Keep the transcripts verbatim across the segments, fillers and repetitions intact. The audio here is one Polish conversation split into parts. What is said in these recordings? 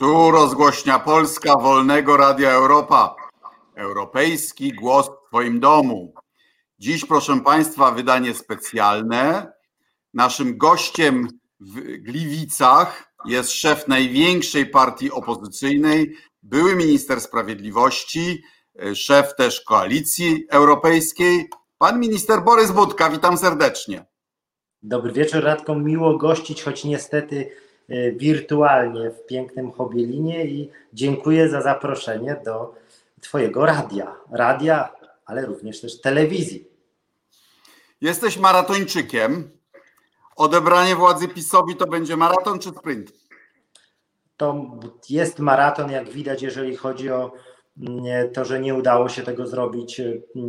Tu rozgłośnia Polska Wolnego Radia Europa. Europejski głos w Twoim domu. Dziś, proszę Państwa, wydanie specjalne. Naszym gościem w Gliwicach jest szef największej partii opozycyjnej, były minister sprawiedliwości, szef też Koalicji Europejskiej, pan minister Borys Budka. Witam serdecznie. Dobry wieczór, Radko. Miło gościć, choć niestety wirtualnie w pięknym Chobielinie i dziękuję za zaproszenie do Twojego radia. Radia, ale również też telewizji. Jesteś maratończykiem. Odebranie władzy PiS-owi to będzie maraton czy sprint? To jest maraton, jak widać, jeżeli chodzi o to, że nie udało się tego zrobić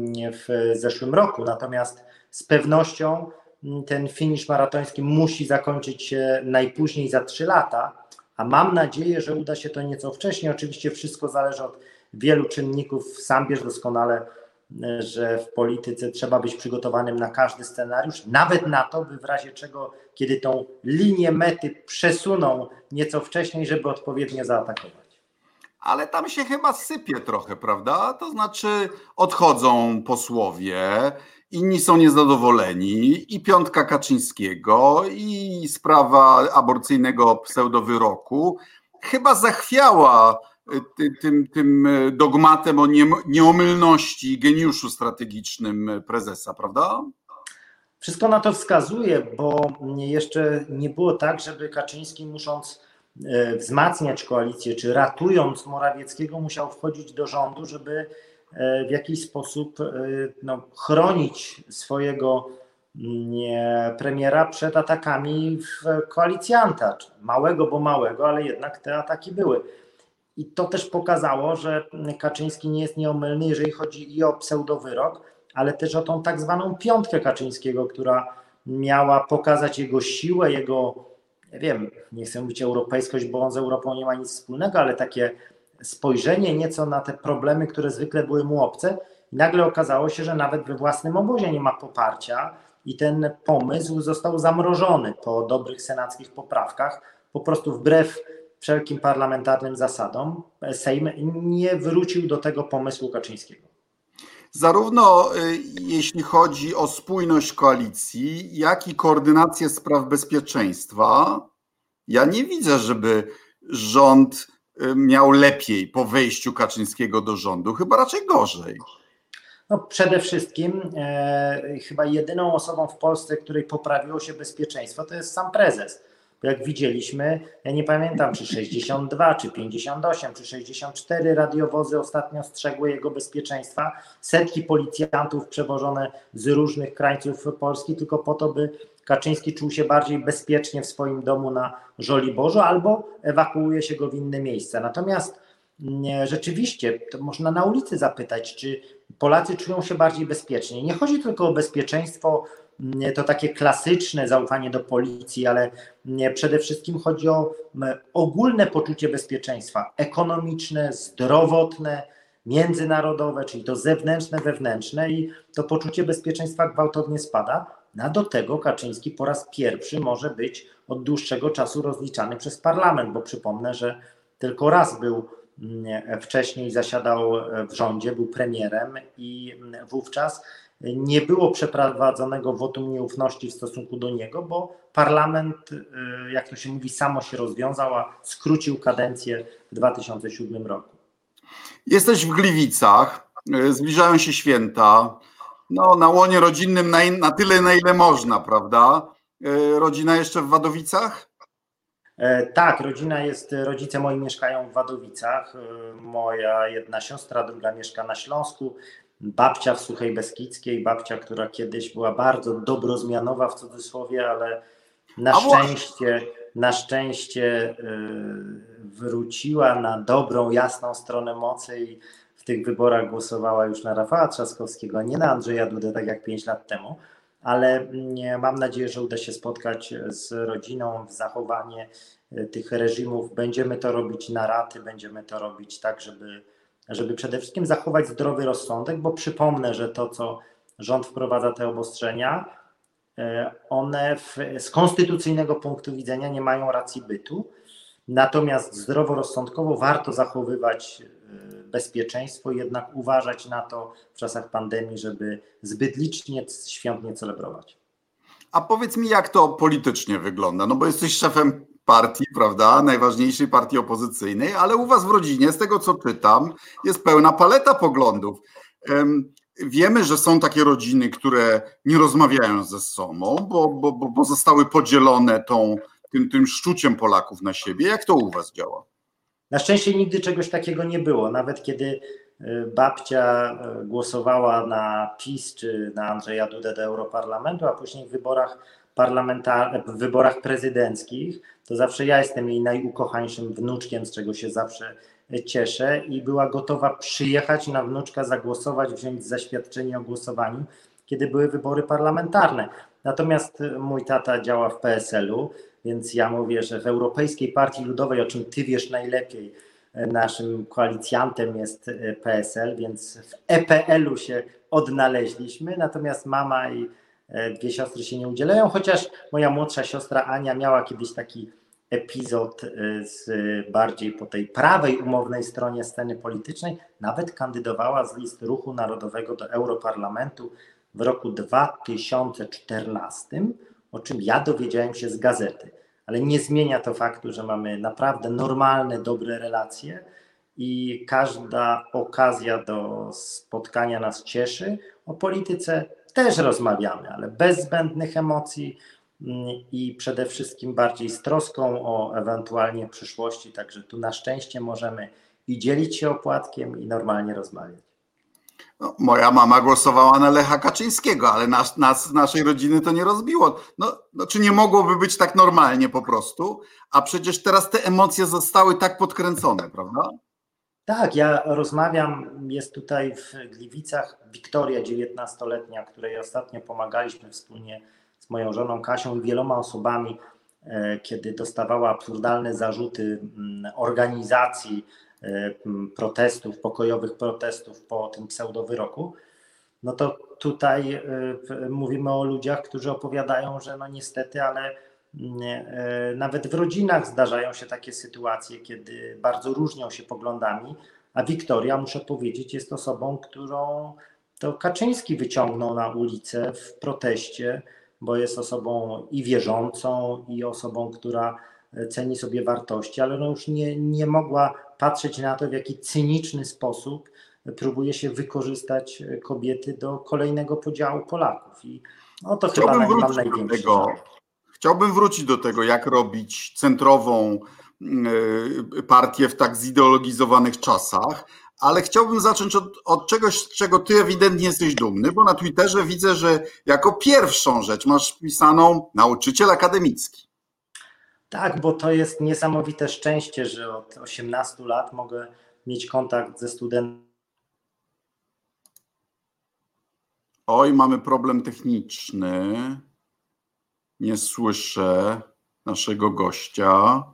w zeszłym roku. Natomiast z pewnością ten finisz maratoński musi zakończyć się najpóźniej za trzy lata, a mam nadzieję, że uda się to nieco wcześniej. Oczywiście wszystko zależy od wielu czynników. Sam wiesz doskonale, że w polityce trzeba być przygotowanym na każdy scenariusz, nawet na to, by w razie czego, kiedy tą linię mety przesuną nieco wcześniej, żeby odpowiednio zaatakować. Ale tam się chyba sypie trochę, prawda? To znaczy odchodzą posłowie, inni są niezadowoleni, i piątka Kaczyńskiego, i sprawa aborcyjnego pseudowyroku chyba zachwiała tym, tym dogmatem o nieomylności i geniuszu strategicznym prezesa, prawda? Wszystko na to wskazuje, bo jeszcze nie było tak, żeby Kaczyński, musząc wzmacniać koalicję, czy ratując Morawieckiego, musiał wchodzić do rządu, żeby w jakiś sposób no, chronić swojego nie, premiera przed atakami w koalicjanta. Małego, bo małego, ale jednak te ataki były. I to też pokazało, że Kaczyński nie jest nieomylny, jeżeli chodzi i o pseudowyrok, ale też o tą tak zwaną piątkę Kaczyńskiego, która miała pokazać jego siłę, jego, nie wiem, nie chcę mówić europejskość, bo on z Europą nie ma nic wspólnego, ale takie spojrzenie nieco na te problemy, które zwykle były mu obce. I nagle okazało się, że nawet we własnym obozie nie ma poparcia i ten pomysł został zamrożony po dobrych senackich poprawkach, po prostu wbrew wszelkim parlamentarnym zasadom. Sejm nie wrócił do tego pomysłu Kaczyńskiego. Zarówno jeśli chodzi o spójność koalicji, jak i koordynację spraw bezpieczeństwa, ja nie widzę, żeby rząd miał lepiej po wejściu Kaczyńskiego do rządu, chyba raczej gorzej. No, przede wszystkim e, chyba jedyną osobą w Polsce, której poprawiło się bezpieczeństwo, to jest sam prezes. Jak widzieliśmy, ja nie pamiętam, czy sześćdziesiąt dwa, czy pięćdziesiąt osiem, czy sześćdziesiąt cztery radiowozy ostatnio strzegły jego bezpieczeństwa. Setki policjantów przewożone z różnych krańców Polski tylko po to, by Kaczyński czuł się bardziej bezpiecznie w swoim domu na Żoliborzu albo ewakuuje się go w inne miejsca. Natomiast nie, rzeczywiście, to można na ulicy zapytać, czy Polacy czują się bardziej bezpiecznie. Nie chodzi tylko o bezpieczeństwo, to takie klasyczne zaufanie do policji, ale przede wszystkim chodzi o ogólne poczucie bezpieczeństwa ekonomiczne, zdrowotne, międzynarodowe, czyli to zewnętrzne, wewnętrzne, i to poczucie bezpieczeństwa gwałtownie spada. A do tego Kaczyński po raz pierwszy może być od dłuższego czasu rozliczany przez parlament, bo przypomnę, że tylko raz był wcześniej, zasiadał w rządzie, był premierem i wówczas nie było przeprowadzonego wotum nieufności w stosunku do niego, bo parlament, jak to się mówi, samo się rozwiązał, a skrócił kadencję w dwa tysiące siódmym roku. Jesteś w Gliwicach, zbliżają się święta, no na łonie rodzinnym na, in, na tyle, na ile można, prawda? Rodzina jeszcze w Wadowicach? Tak, rodzina jest, rodzice moi mieszkają w Wadowicach, moja jedna siostra, druga mieszka na Śląsku, babcia w Suchej Beskidzkiej, babcia, która kiedyś była bardzo dobrozmianowa w cudzysłowie, ale na szczęście, na szczęście wróciła na dobrą, jasną stronę mocy i w tych wyborach głosowała już na Rafała Trzaskowskiego, a nie na Andrzeja Dudę, tak jak pięć lat temu. Ale mam nadzieję, że uda się spotkać z rodziną w zachowanie tych reżimów. Będziemy to robić na raty, będziemy to robić tak, żeby, żeby przede wszystkim zachować zdrowy rozsądek, bo przypomnę, że to, co rząd wprowadza, te obostrzenia, one w, z konstytucyjnego punktu widzenia nie mają racji bytu. Natomiast zdroworozsądkowo warto zachowywać bezpieczeństwo i jednak uważać na to w czasach pandemii, żeby zbyt licznie świąt nie celebrować. A powiedz mi, jak to politycznie wygląda? No bo jesteś szefem partii, prawda, najważniejszej partii opozycyjnej, ale u was w rodzinie, z tego co czytam, jest pełna paleta poglądów. Wiemy, że są takie rodziny, które nie rozmawiają ze sobą, bo, bo, bo zostały podzielone tą, tym, tym szczuciem Polaków na siebie. Jak to u was działa? Na szczęście nigdy czegoś takiego nie było. Nawet kiedy babcia głosowała na PiS czy na Andrzeja Dudę do Europarlamentu, a później w wyborach parlamentarnych, w wyborach prezydenckich, to zawsze ja jestem jej najukochańszym wnuczkiem, z czego się zawsze cieszę, i była gotowa przyjechać na wnuczka, zagłosować, wziąć zaświadczenie o głosowaniu, kiedy były wybory parlamentarne. Natomiast mój tata działa w P S L u, więc ja mówię, że w Europejskiej Partii Ludowej, o czym ty wiesz najlepiej, naszym koalicjantem jest P S L, więc w E P L u się odnaleźliśmy, natomiast mama i dwie siostry się nie udzielają, chociaż moja młodsza siostra Ania miała kiedyś taki epizod z bardziej po tej prawej umownej stronie sceny politycznej, nawet kandydowała z list Ruchu Narodowego do Europarlamentu w roku dwa tysiące czternastym, o czym ja dowiedziałem się z gazety. Ale nie zmienia to faktu, że mamy naprawdę normalne, dobre relacje i każda okazja do spotkania nas cieszy. O polityce też rozmawiamy, ale bez zbędnych emocji i przede wszystkim bardziej z troską o ewentualnie przyszłości. Także tu na szczęście możemy i dzielić się opłatkiem, i normalnie rozmawiać. No, moja mama głosowała na Lecha Kaczyńskiego, ale nas, nas, naszej rodziny to nie rozbiło. No, no, czy nie mogłoby być tak normalnie po prostu? A przecież teraz te emocje zostały tak podkręcone, prawda? Tak, ja rozmawiam, jest tutaj w Gliwicach Wiktoria, dziewiętnastoletnia, której ostatnio pomagaliśmy wspólnie z moją żoną Kasią i wieloma osobami, kiedy dostawała absurdalne zarzuty organizacji protestów, pokojowych protestów po tym pseudowyroku. No to tutaj mówimy o ludziach, którzy opowiadają, że no niestety, ale nawet w rodzinach zdarzają się takie sytuacje, kiedy bardzo różnią się poglądami, a Wiktoria, muszę powiedzieć, jest osobą, którą to Kaczyński wyciągnął na ulicę w proteście, bo jest osobą i wierzącą, i osobą, która ceni sobie wartości, ale no już nie, nie mogła patrzeć na to, w jaki cyniczny sposób próbuje się wykorzystać kobiety do kolejnego podziału Polaków. I no to Chciałbym chyba mam wrócić do największy tego. żal. Chciałbym wrócić do tego, jak robić centrową partię w tak zideologizowanych czasach, ale chciałbym zacząć od, od czegoś, z czego ty ewidentnie jesteś dumny, bo na Twitterze widzę, że jako pierwszą rzecz masz wpisaną nauczyciel akademicki. Tak, bo to jest niesamowite szczęście, że od osiemnastu lat mogę mieć kontakt ze studentami. Oj, mamy problem techniczny. Nie słyszę naszego gościa.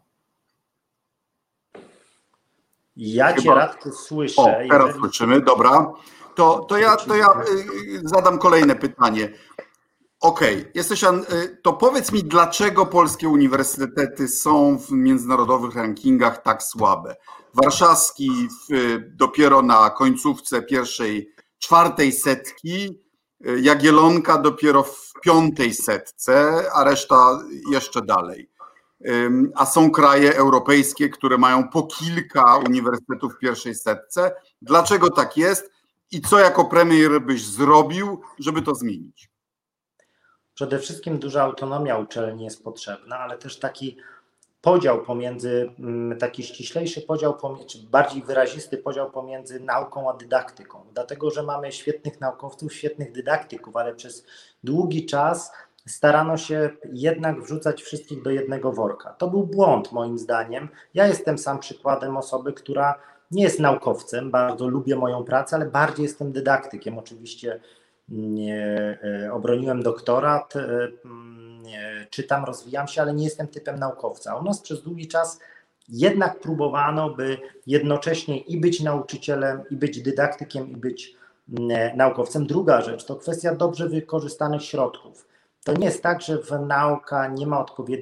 Ja Chyba... cię, Radku, słyszę. O, teraz jeżeli... słyszymy, dobra. To, to, ja, to ja zadam kolejne pytanie. Okej, okay. Jesteś, to powiedz mi, dlaczego polskie uniwersytety są w międzynarodowych rankingach tak słabe? Warszawski w, dopiero na końcówce pierwszej, czwartej setki, Jagiellonka dopiero w piątej setce, a reszta jeszcze dalej. A są kraje europejskie, które mają po kilka uniwersytetów w pierwszej setce. Dlaczego tak jest i co jako premier byś zrobił, żeby to zmienić? Przede wszystkim duża autonomia uczelni jest potrzebna, ale też taki podział pomiędzy, taki ściślejszy podział, czy bardziej wyrazisty podział pomiędzy nauką a dydaktyką. Dlatego, że mamy świetnych naukowców, świetnych dydaktyków, ale przez długi czas starano się jednak wrzucać wszystkich do jednego worka. To był błąd moim zdaniem. Ja jestem sam przykładem osoby, która nie jest naukowcem, bardzo lubię moją pracę, ale bardziej jestem dydaktykiem. Oczywiście nie, obroniłem doktorat, nie, czytam, rozwijam się, ale nie jestem typem naukowca. U nas przez długi czas jednak próbowano, by jednocześnie i być nauczycielem, i być dydaktykiem, i być naukowcem. Druga rzecz to kwestia dobrze wykorzystanych środków. To nie jest tak, że w nauka nie ma odpowiednich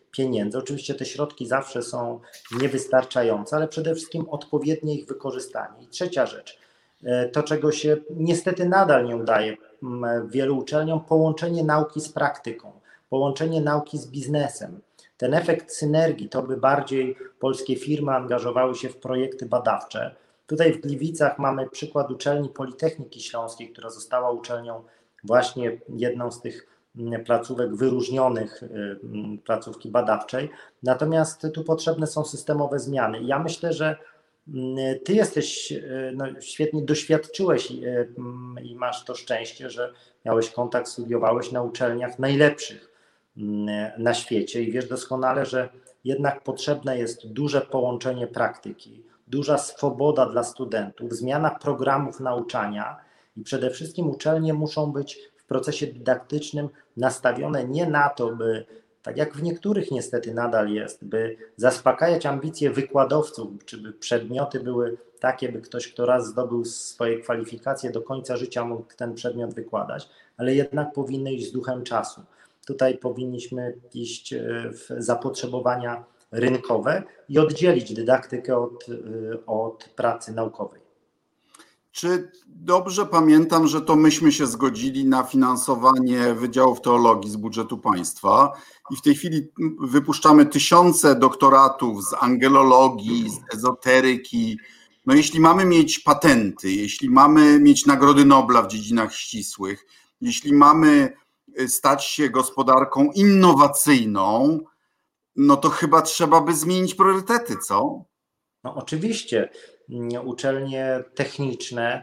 pieniędzy. Oczywiście te środki zawsze są niewystarczające, ale przede wszystkim odpowiednie ich wykorzystanie. I trzecia rzecz, to czego się niestety nadal nie udaje wielu uczelniom, połączenie nauki z praktyką, połączenie nauki z biznesem. Ten efekt synergii, to by bardziej polskie firmy angażowały się w projekty badawcze. Tutaj w Gliwicach mamy przykład uczelni Politechniki Śląskiej, która została uczelnią właśnie jedną z tych placówek wyróżnionych, placówki badawczej. Natomiast tu potrzebne są systemowe zmiany. Ja myślę, że ty jesteś, no świetnie doświadczyłeś i masz to szczęście, że miałeś kontakt, studiowałeś na uczelniach najlepszych na świecie i wiesz doskonale, że jednak potrzebne jest duże połączenie praktyki, duża swoboda dla studentów, zmiana programów nauczania i przede wszystkim uczelnie muszą być w procesie dydaktycznym nastawione nie na to, by, tak jak w niektórych niestety nadal jest, by zaspokajać ambicje wykładowców, czy by przedmioty były takie, by ktoś, kto raz zdobył swoje kwalifikacje, do końca życia mógł ten przedmiot wykładać, ale jednak powinny iść z duchem czasu. Tutaj powinniśmy iść w zapotrzebowania rynkowe i oddzielić dydaktykę od, od pracy naukowej. Czy dobrze pamiętam, że to myśmy się zgodzili na finansowanie wydziałów teologii z budżetu państwa i w tej chwili wypuszczamy tysiące doktoratów z angelologii, z ezoteryki. No jeśli mamy mieć patenty, jeśli mamy mieć nagrody Nobla w dziedzinach ścisłych, jeśli mamy stać się gospodarką innowacyjną, no to chyba trzeba by zmienić priorytety, co? No oczywiście. Uczelnie techniczne,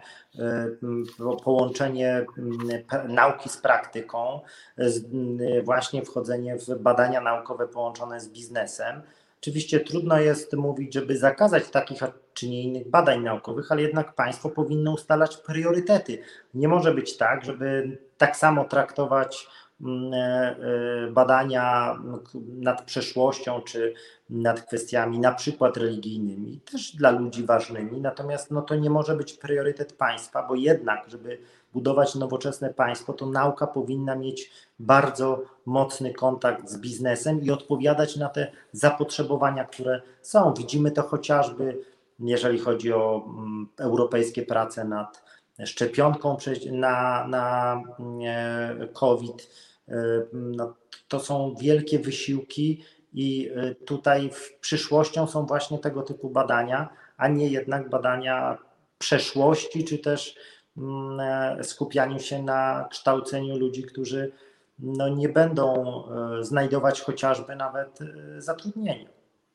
połączenie nauki z praktyką, właśnie wchodzenie w badania naukowe połączone z biznesem. Oczywiście trudno jest mówić, żeby zakazać takich czy nie innych badań naukowych, ale jednak państwo powinno ustalać priorytety. Nie może być tak, żeby tak samo traktować badania nad przeszłością czy nad kwestiami na przykład religijnymi, też dla ludzi ważnymi, natomiast no to nie może być priorytet państwa, bo jednak, żeby budować nowoczesne państwo, to nauka powinna mieć bardzo mocny kontakt z biznesem i odpowiadać na te zapotrzebowania, które są. Widzimy to chociażby, jeżeli chodzi o europejskie prace nad szczepionką na, na COVID. No, to są wielkie wysiłki i tutaj w przyszłością są właśnie tego typu badania, a nie jednak badania przeszłości, czy też skupianiu się na kształceniu ludzi, którzy no, nie będą znajdować chociażby nawet zatrudnienia.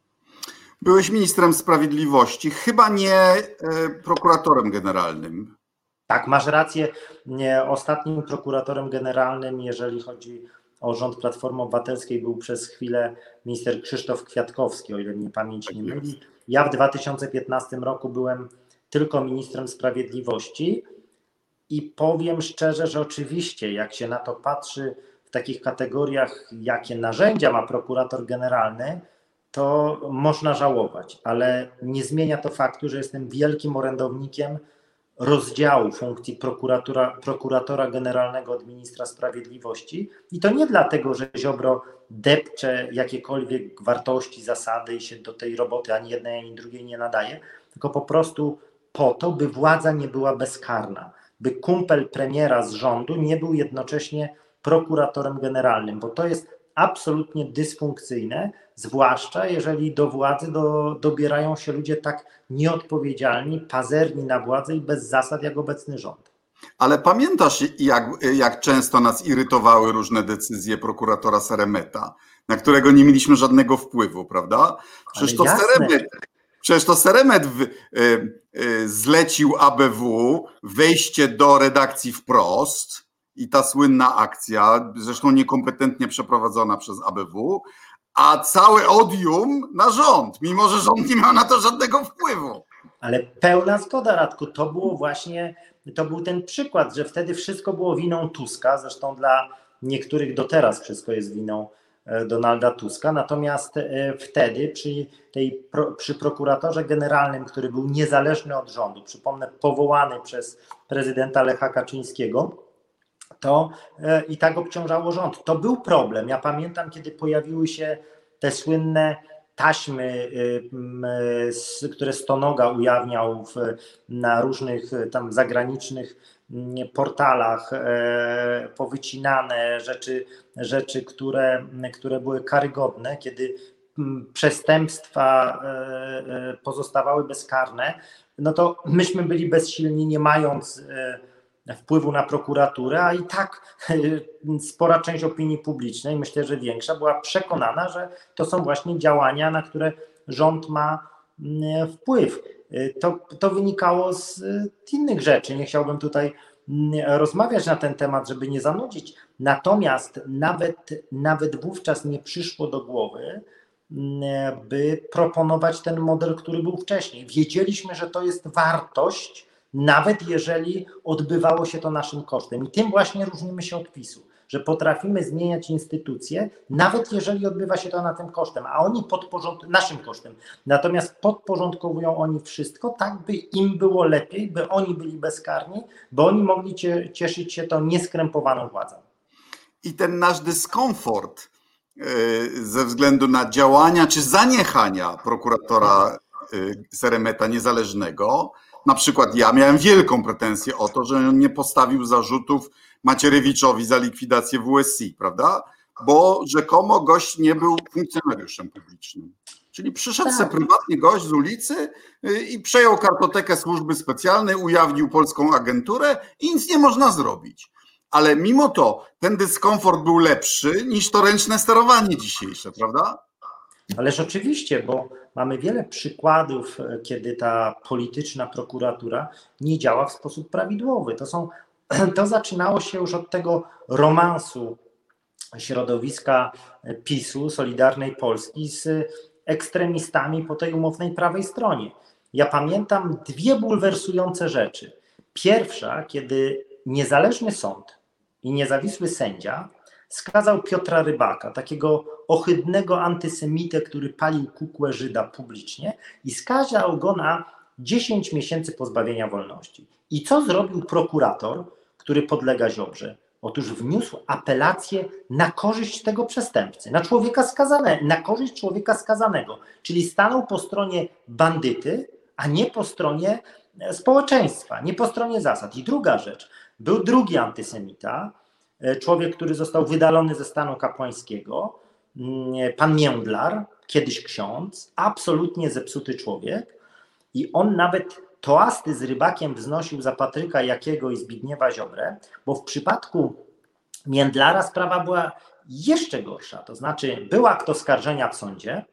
Byłeś ministrem sprawiedliwości, chyba nie prokuratorem generalnym. Tak, masz rację. Ostatnim prokuratorem generalnym, jeżeli chodzi o rząd Platformy Obywatelskiej, był przez chwilę minister Krzysztof Kwiatkowski, o ile mnie pamięć nie myli. Ja w dwa tysiące piętnastym roku byłem tylko ministrem sprawiedliwości i powiem szczerze, że oczywiście jak się na to patrzy w takich kategoriach, jakie narzędzia ma prokurator generalny, to można żałować, ale nie zmienia to faktu, że jestem wielkim orędownikiem rozdziału funkcji prokuratora, prokuratora generalnego od ministra sprawiedliwości i to nie dlatego, że Ziobro depcze jakiekolwiek wartości, zasady i się do tej roboty ani jednej, ani drugiej nie nadaje, tylko po prostu po to, by władza nie była bezkarna, by kumpel premiera z rządu nie był jednocześnie prokuratorem generalnym, bo to jest absolutnie dysfunkcyjne, zwłaszcza jeżeli do władzy do, dobierają się ludzie tak nieodpowiedzialni, pazerni na władzę i bez zasad jak obecny rząd. Ale pamiętasz, jak, jak często nas irytowały różne decyzje prokuratora Seremeta, na którego nie mieliśmy żadnego wpływu, prawda? Przecież to Seremet, przecież to Seremet w, y, y, zlecił A B W wejście do redakcji Wprost i ta słynna akcja, zresztą niekompetentnie przeprowadzona przez A B W, a całe odium na rząd, mimo że rząd nie miał na to żadnego wpływu. Ale pełna zgoda, Radku, to było właśnie, to był ten przykład, że wtedy wszystko było winą Tuska, zresztą dla niektórych do teraz wszystko jest winą Donalda Tuska, natomiast wtedy przy, tej, przy prokuratorze generalnym, który był niezależny od rządu, przypomnę, powołany przez prezydenta Lecha Kaczyńskiego, to i tak obciążało rząd. To był problem. Ja pamiętam, kiedy pojawiły się te słynne taśmy, które Stonoga ujawniał w, na różnych tam zagranicznych portalach, powycinane rzeczy, rzeczy które, które były karygodne, kiedy przestępstwa pozostawały bezkarne, no to myśmy byli bezsilni, nie mając wpływu na prokuraturę, a i tak spora część opinii publicznej, myślę, że większa, była przekonana, że to są właśnie działania, na które rząd ma wpływ. To, to wynikało z innych rzeczy. Nie chciałbym tutaj rozmawiać na ten temat, żeby nie zanudzić. Natomiast nawet, nawet wówczas nie przyszło do głowy, by proponować ten model, który był wcześniej. Wiedzieliśmy, że to jest wartość, nawet jeżeli odbywało się to naszym kosztem. I tym właśnie różnimy się od PiSu, że potrafimy zmieniać instytucje, nawet jeżeli odbywa się to na tym kosztem, a oni podporząd... naszym kosztem. Natomiast podporządkowują oni wszystko, tak by im było lepiej, by oni byli bezkarni, by oni mogli cieszyć się tą nieskrępowaną władzą. I ten nasz dyskomfort ze względu na działania czy zaniechania prokuratora Seremeta niezależnego, na przykład ja miałem wielką pretensję o to, że on nie postawił zarzutów Macierewiczowi za likwidację W S I, prawda? Bo rzekomo gość nie był funkcjonariuszem publicznym. Czyli przyszedł tak. sobie prywatnie gość z ulicy i przejął kartotekę służby specjalnej, ujawnił polską agenturę i nic nie można zrobić. Ale mimo to ten dyskomfort był lepszy niż to ręczne sterowanie dzisiejsze, prawda? Ależ oczywiście, bo mamy wiele przykładów, kiedy ta polityczna prokuratura nie działa w sposób prawidłowy. To są, to zaczynało się już od tego romansu środowiska PiSu, Solidarnej Polski z ekstremistami po tej umownej prawej stronie. Ja pamiętam dwie bulwersujące rzeczy. Pierwsza, kiedy niezależny sąd i niezawisły sędzia skazał Piotra Rybaka, takiego ohydnego antysemitę, który palił kukłę Żyda publicznie, i skazał go na dziesięć miesięcy pozbawienia wolności. I co zrobił prokurator, który podlega Ziobrze? Otóż wniósł apelację na korzyść tego przestępcy, na człowieka skazanego, na korzyść człowieka skazanego, czyli stanął po stronie bandyty, a nie po stronie społeczeństwa, nie po stronie zasad. I druga rzecz, był drugi antysemita, człowiek, który został wydalony ze stanu kapłańskiego, pan Międlar, kiedyś ksiądz, absolutnie zepsuty człowiek, i on nawet toasty z Rybakiem wznosił za Patryka Jakiego i Zbigniewa Ziobrę, bo w przypadku Międlara sprawa była jeszcze gorsza, to znaczy był akt oskarżenia w sądzie,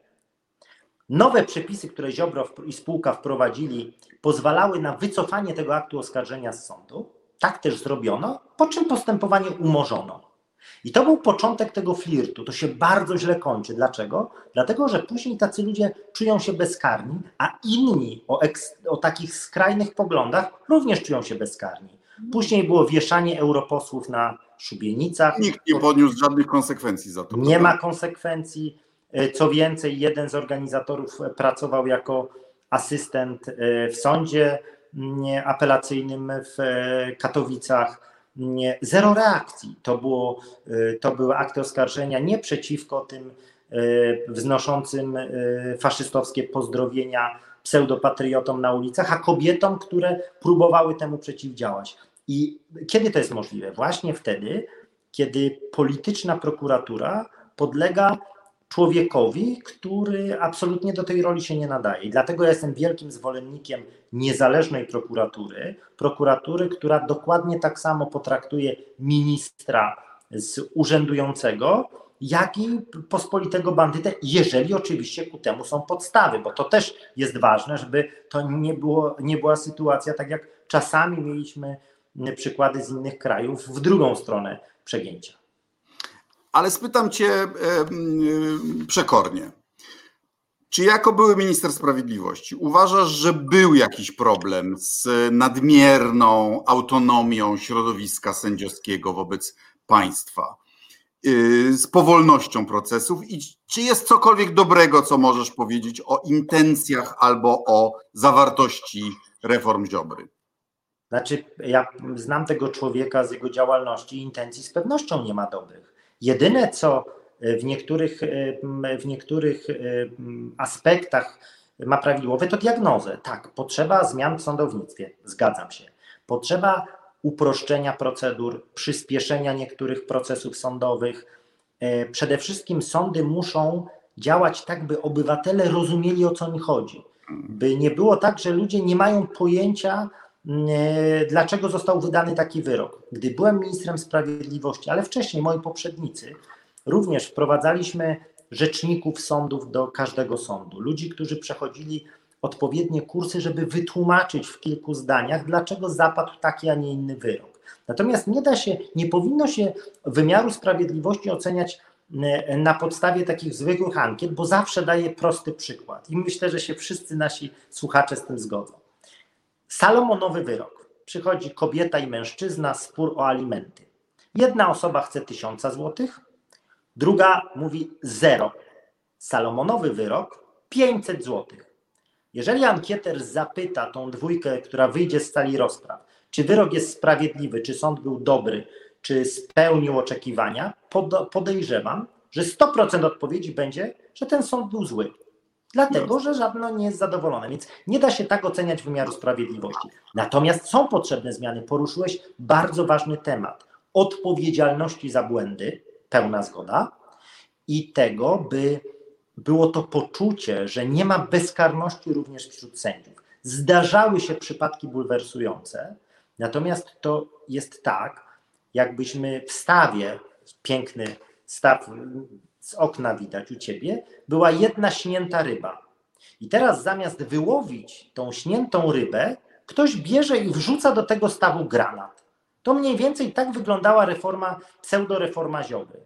nowe przepisy, które Ziobro i spółka wprowadzili, pozwalały na wycofanie tego aktu oskarżenia z sądu. Tak też zrobiono, po czym postępowanie umorzono. I to był początek tego flirtu. To się bardzo źle kończy. Dlaczego? Dlatego, że później tacy ludzie czują się bezkarni, a inni o, eks, o takich skrajnych poglądach również czują się bezkarni. Później było wieszanie europosłów na szubienicach. Nikt nie poniósł żadnych konsekwencji za to. Nie ma konsekwencji. Co więcej, jeden z organizatorów pracował jako asystent w sądzie apelacyjnym w Katowicach. Zero reakcji. To, było, to były akty oskarżenia nie przeciwko tym wznoszącym faszystowskie pozdrowienia pseudopatriotom na ulicach, a kobietom, które próbowały temu przeciwdziałać. I kiedy to jest możliwe? Właśnie wtedy, kiedy polityczna prokuratura podlega człowiekowi, który absolutnie do tej roli się nie nadaje. I dlatego ja jestem wielkim zwolennikiem niezależnej prokuratury, prokuratury, która dokładnie tak samo potraktuje ministra z urzędującego, jak i pospolitego bandytę, jeżeli oczywiście ku temu są podstawy, bo to też jest ważne, żeby to nie, było, nie była sytuacja tak jak czasami mieliśmy przykłady z innych krajów w drugą stronę przegięcia. Ale spytam cię e, e, przekornie. Czy jako były minister sprawiedliwości uważasz, że był jakiś problem z nadmierną autonomią środowiska sędziowskiego wobec państwa, yy, z powolnością procesów, i czy jest cokolwiek dobrego, co możesz powiedzieć o intencjach albo o zawartości reform Ziobry? Znaczy, ja znam tego człowieka z jego działalności i intencji z pewnością nie ma dobrych. Jedyne, co w niektórych, w niektórych aspektach ma prawidłowe, to diagnozę. Tak, potrzeba zmian w sądownictwie, zgadzam się. Potrzeba uproszczenia procedur, przyspieszenia niektórych procesów sądowych. Przede wszystkim sądy muszą działać tak, by obywatele rozumieli, o co mi chodzi. By nie było tak, że ludzie nie mają pojęcia, dlaczego został wydany taki wyrok. Gdy byłem ministrem sprawiedliwości, ale wcześniej moi poprzednicy, również wprowadzaliśmy rzeczników sądów do każdego sądu. Ludzi, którzy przechodzili odpowiednie kursy, żeby wytłumaczyć w kilku zdaniach, dlaczego zapadł taki, a nie inny wyrok. Natomiast nie da się, nie powinno się wymiaru sprawiedliwości oceniać na podstawie takich zwykłych ankiet, bo zawsze daje prosty przykład i myślę, że się wszyscy nasi słuchacze z tym zgodzą. Salomonowy wyrok. Przychodzi kobieta i mężczyzna, spór o alimenty. Jedna osoba chce tysiąca złotych, druga mówi zero. Salomonowy wyrok pięćset złotych. Jeżeli ankieter zapyta tą dwójkę, która wyjdzie z sali rozpraw, czy wyrok jest sprawiedliwy, czy sąd był dobry, czy spełnił oczekiwania, podejrzewam, że sto procent odpowiedzi będzie, że ten sąd był zły. Dlatego, że żadno nie jest zadowolone. Więc nie da się tak oceniać wymiaru sprawiedliwości. Natomiast są potrzebne zmiany. Poruszyłeś bardzo ważny temat. Odpowiedzialności za błędy, pełna zgoda, i tego, by było to poczucie, że nie ma bezkarności również wśród sędziów. Zdarzały się przypadki bulwersujące, natomiast to jest tak, jakbyśmy w stawie, piękny staw z okna widać u ciebie, była jedna śnięta ryba. I teraz zamiast wyłowić tą śniętą rybę, ktoś bierze i wrzuca do tego stawu granat. To mniej więcej tak wyglądała reforma, pseudoreforma Ziobry.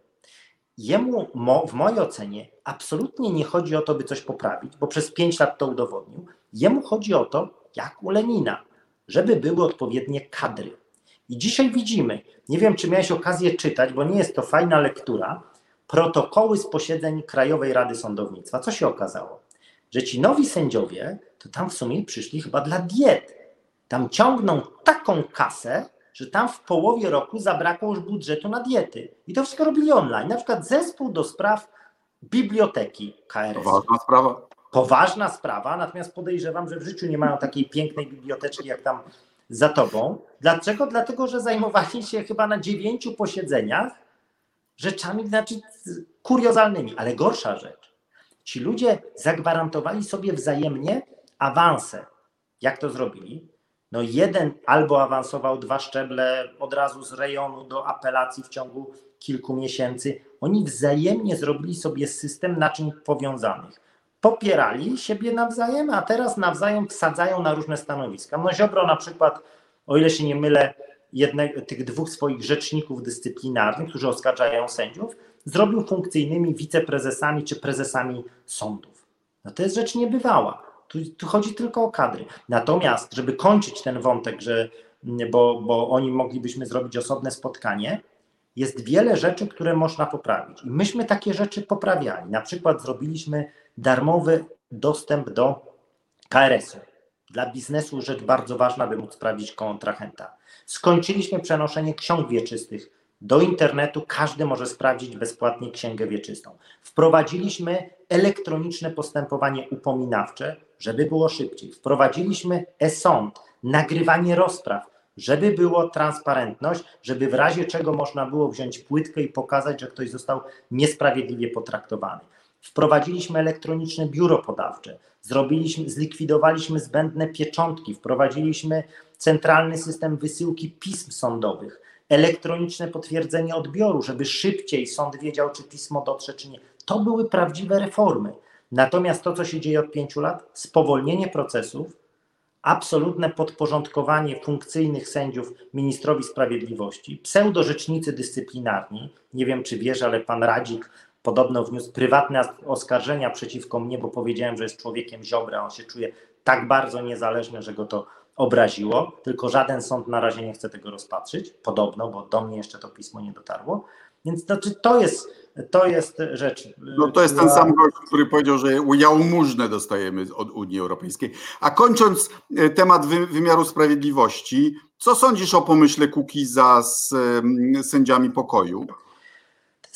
Jemu w mojej ocenie absolutnie nie chodzi o to, by coś poprawić, bo przez pięć lat to udowodnił. Jemu chodzi o to, jak u Lenina, żeby były odpowiednie kadry. I dzisiaj widzimy, nie wiem, czy miałeś okazję czytać, bo nie jest to fajna lektura, protokoły z posiedzeń Krajowej Rady Sądownictwa. Co się okazało? Że ci nowi sędziowie to tam w sumie przyszli chyba dla diet. Tam ciągną taką kasę, że tam w połowie roku zabrakło już budżetu na diety. I to wszystko robili online. Na przykład zespół do spraw biblioteki K R S. Poważna sprawa. Poważna sprawa, natomiast podejrzewam, że w życiu nie mają takiej pięknej biblioteczki jak tam za tobą. Dlaczego? Dlatego, że zajmowali się chyba na dziewięciu posiedzeniach rzeczami, znaczy kuriozalnymi. Ale gorsza rzecz. Ci ludzie zagwarantowali sobie wzajemnie awanse. Jak to zrobili? No jeden albo awansował dwa szczeble od razu z rejonu do apelacji w ciągu kilku miesięcy. Oni wzajemnie zrobili sobie system naczyń powiązanych. Popierali siebie nawzajem, a teraz nawzajem wsadzają na różne stanowiska. No Ziobro na przykład, o ile się nie mylę, jednego, tych dwóch swoich rzeczników dyscyplinarnych, którzy oskarżają sędziów, zrobił funkcyjnymi wiceprezesami czy prezesami sądów. No to jest rzecz niebywała. Tu, tu chodzi tylko o kadry. Natomiast, żeby kończyć ten wątek, że, bo, bo oni moglibyśmy zrobić osobne spotkanie, jest wiele rzeczy, które można poprawić. I myśmy takie rzeczy poprawiali. Na przykład zrobiliśmy darmowy dostęp do K R S u. Dla biznesu rzecz bardzo ważna, by móc sprawdzić kontrahenta. Skończyliśmy przenoszenie ksiąg wieczystych do internetu. Każdy może sprawdzić bezpłatnie księgę wieczystą. Wprowadziliśmy elektroniczne postępowanie upominawcze, żeby było szybciej. Wprowadziliśmy e-sąd, nagrywanie rozpraw, żeby było transparentność, żeby w razie czego można było wziąć płytkę i pokazać, że ktoś został niesprawiedliwie potraktowany. Wprowadziliśmy elektroniczne biuro podawcze, zrobiliśmy, zlikwidowaliśmy zbędne pieczątki, wprowadziliśmy centralny system wysyłki pism sądowych, elektroniczne potwierdzenie odbioru, żeby szybciej sąd wiedział, czy pismo dotrze, czy nie. To były prawdziwe reformy. Natomiast to, co się dzieje od pięciu lat, spowolnienie procesów, absolutne podporządkowanie funkcyjnych sędziów ministrowi sprawiedliwości, pseudorzecznicy dyscyplinarni, nie wiem czy wiesz, ale pan Radzik podobno wniósł prywatne oskarżenia przeciwko mnie, bo powiedziałem, że jest człowiekiem Ziobry, a on się czuje tak bardzo niezależny, że go to obraziło, tylko żaden sąd na razie nie chce tego rozpatrzyć, podobno, bo do mnie jeszcze to pismo nie dotarło. Więc znaczy, to jest, to jest rzecz. No to jest ten sam gość, który powiedział, że jałmużnę dostajemy od Unii Europejskiej. A kończąc temat wy, wymiaru sprawiedliwości, co sądzisz o pomyśle Kukiza z sędziami pokoju? To jest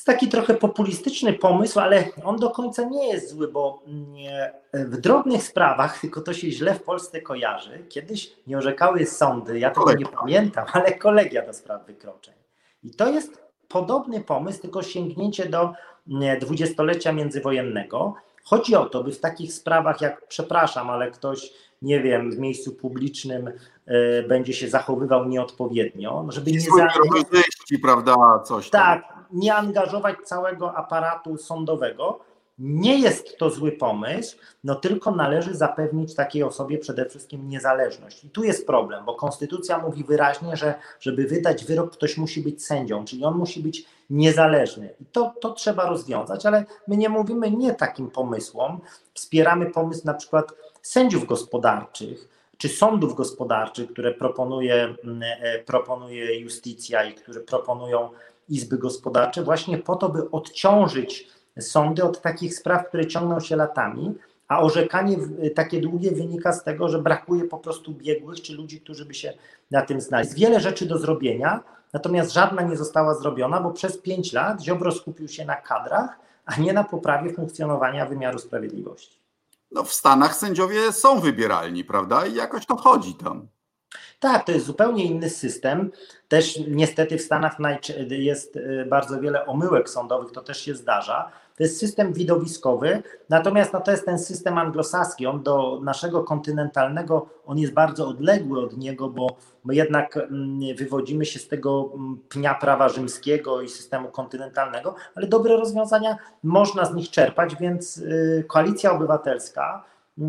taki trochę populistyczny pomysł, ale on do końca nie jest zły, bo w drobnych sprawach, tylko to się źle w Polsce kojarzy, kiedyś nie orzekały sądy, ja tego nie pamiętam, ale kolegia do spraw wykroczeń. I to jest podobny pomysł, tylko sięgnięcie do dwudziestolecia międzywojennego. Chodzi o to, by w takich sprawach jak, przepraszam, ale ktoś, nie wiem, w miejscu publicznym y, będzie się zachowywał nieodpowiednio, żeby nie, za... prawda, coś tam. Tak, nie angażować całego aparatu sądowego. Nie jest to zły pomysł, no tylko należy zapewnić takiej osobie przede wszystkim niezależność. I tu jest problem, bo konstytucja mówi wyraźnie, że żeby wydać wyrok, ktoś musi być sędzią, czyli on musi być niezależny. I to, to trzeba rozwiązać, ale my nie mówimy nie takim pomysłom. Wspieramy pomysł na przykład sędziów gospodarczych, czy sądów gospodarczych, które proponuje, proponuje Justicja i które proponują izby gospodarcze, właśnie po to, by odciążyć sądy od takich spraw, które ciągną się latami, a orzekanie takie długie wynika z tego, że brakuje po prostu biegłych czy ludzi, którzy by się na tym znali. Jest wiele rzeczy do zrobienia, natomiast żadna nie została zrobiona, bo przez pięć lat Ziobro skupił się na kadrach, a nie na poprawie funkcjonowania wymiaru sprawiedliwości. No w Stanach sędziowie są wybieralni, prawda? I jakoś to chodzi tam. Tak, to jest zupełnie inny system. Też niestety w Stanach jest bardzo wiele omyłek sądowych, to też się zdarza. To jest system widowiskowy, natomiast no, to jest ten system anglosaski. On do naszego kontynentalnego, on jest bardzo odległy od niego, bo my jednak wywodzimy się z tego pnia prawa rzymskiego i systemu kontynentalnego, ale dobre rozwiązania można z nich czerpać, więc Koalicja Obywatelska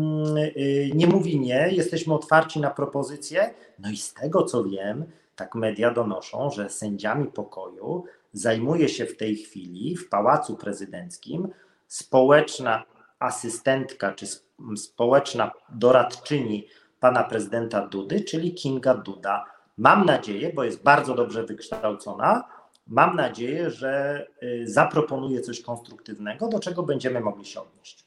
nie mówi nie, jesteśmy otwarci na propozycje. No i z tego co wiem, tak media donoszą, że sędziami pokoju zajmuje się w tej chwili w Pałacu Prezydenckim społeczna asystentka czy społeczna doradczyni pana prezydenta Dudy, czyli Kinga Duda. Mam nadzieję, bo jest bardzo dobrze wykształcona, mam nadzieję, że zaproponuje coś konstruktywnego, do czego będziemy mogli się odnieść.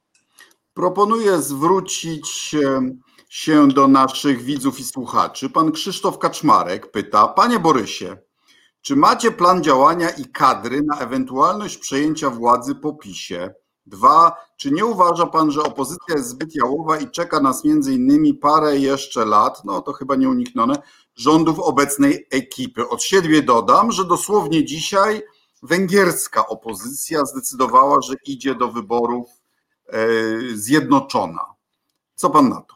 Proponuję zwrócić się do naszych widzów i słuchaczy. Pan Krzysztof Kaczmarek pyta: Panie Borysie, czy macie plan działania i kadry na ewentualność przejęcia władzy po PiSie? Dwa, czy nie uważa pan, że opozycja jest zbyt jałowa i czeka nas między innymi parę jeszcze lat, no to chyba nieuniknione, rządów obecnej ekipy? Od siebie dodam, że dosłownie dzisiaj węgierska opozycja zdecydowała, że idzie do wyborów zjednoczona. Co pan na to?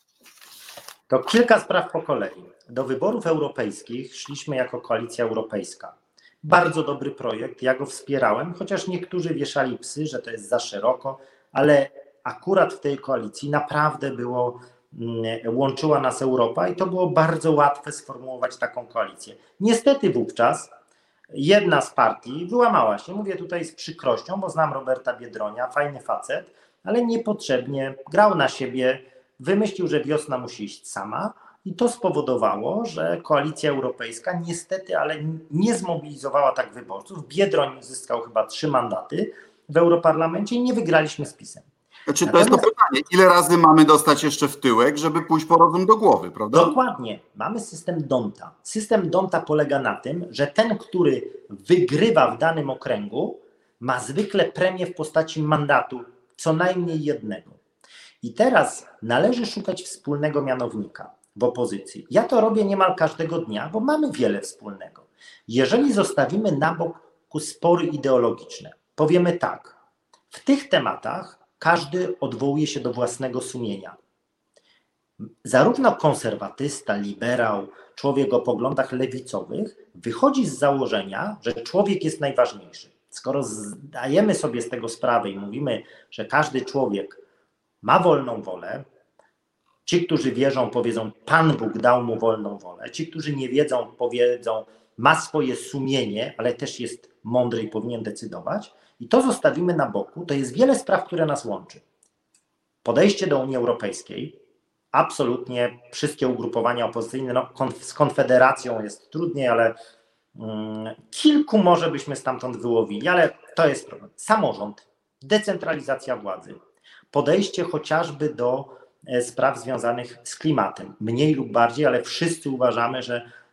To kilka spraw po kolei. Do wyborów europejskich szliśmy jako Koalicja Europejska. Bardzo dobry projekt, ja go wspierałem, chociaż niektórzy wieszali psy, że to jest za szeroko, ale akurat w tej koalicji naprawdę było, łączyła nas Europa i to było bardzo łatwe sformułować taką koalicję. Niestety wówczas jedna z partii wyłamała się, mówię tutaj z przykrością, bo znam Roberta Biedronia, fajny facet, ale niepotrzebnie grał na siebie, wymyślił, że wiosna musi iść sama i to spowodowało, że Koalicja Europejska niestety, ale nie zmobilizowała tak wyborców. Biedroń zyskał chyba trzy mandaty w Europarlamencie i nie wygraliśmy z PiS-em. Znaczy, to jest to pytanie, ile razy mamy dostać jeszcze w tyłek, żeby pójść po rozum do głowy, prawda? Dokładnie. Mamy system D'Hondta. System D'Hondta polega na tym, że ten, który wygrywa w danym okręgu, ma zwykle premię w postaci mandatu, co najmniej jednego. I teraz należy szukać wspólnego mianownika w opozycji. Ja to robię niemal każdego dnia, bo mamy wiele wspólnego. Jeżeli zostawimy na boku spory ideologiczne, powiemy tak, w tych tematach każdy odwołuje się do własnego sumienia. Zarówno konserwatysta, liberał, człowiek o poglądach lewicowych wychodzi z założenia, że człowiek jest najważniejszy. Skoro zdajemy sobie z tego sprawę i mówimy, że każdy człowiek ma wolną wolę, ci, którzy wierzą, powiedzą, Pan Bóg dał mu wolną wolę, ci, którzy nie wiedzą, powiedzą, ma swoje sumienie, ale też jest mądry i powinien decydować, i to zostawimy na boku, to jest wiele spraw, które nas łączy. Podejście do Unii Europejskiej, absolutnie wszystkie ugrupowania opozycyjne, no, z Konfederacją jest trudniej, ale um, kilku może byśmy stamtąd wyłowili, ale to jest problem. Samorząd, decentralizacja władzy, podejście chociażby do spraw związanych z klimatem, mniej lub bardziej, ale wszyscy uważamy, że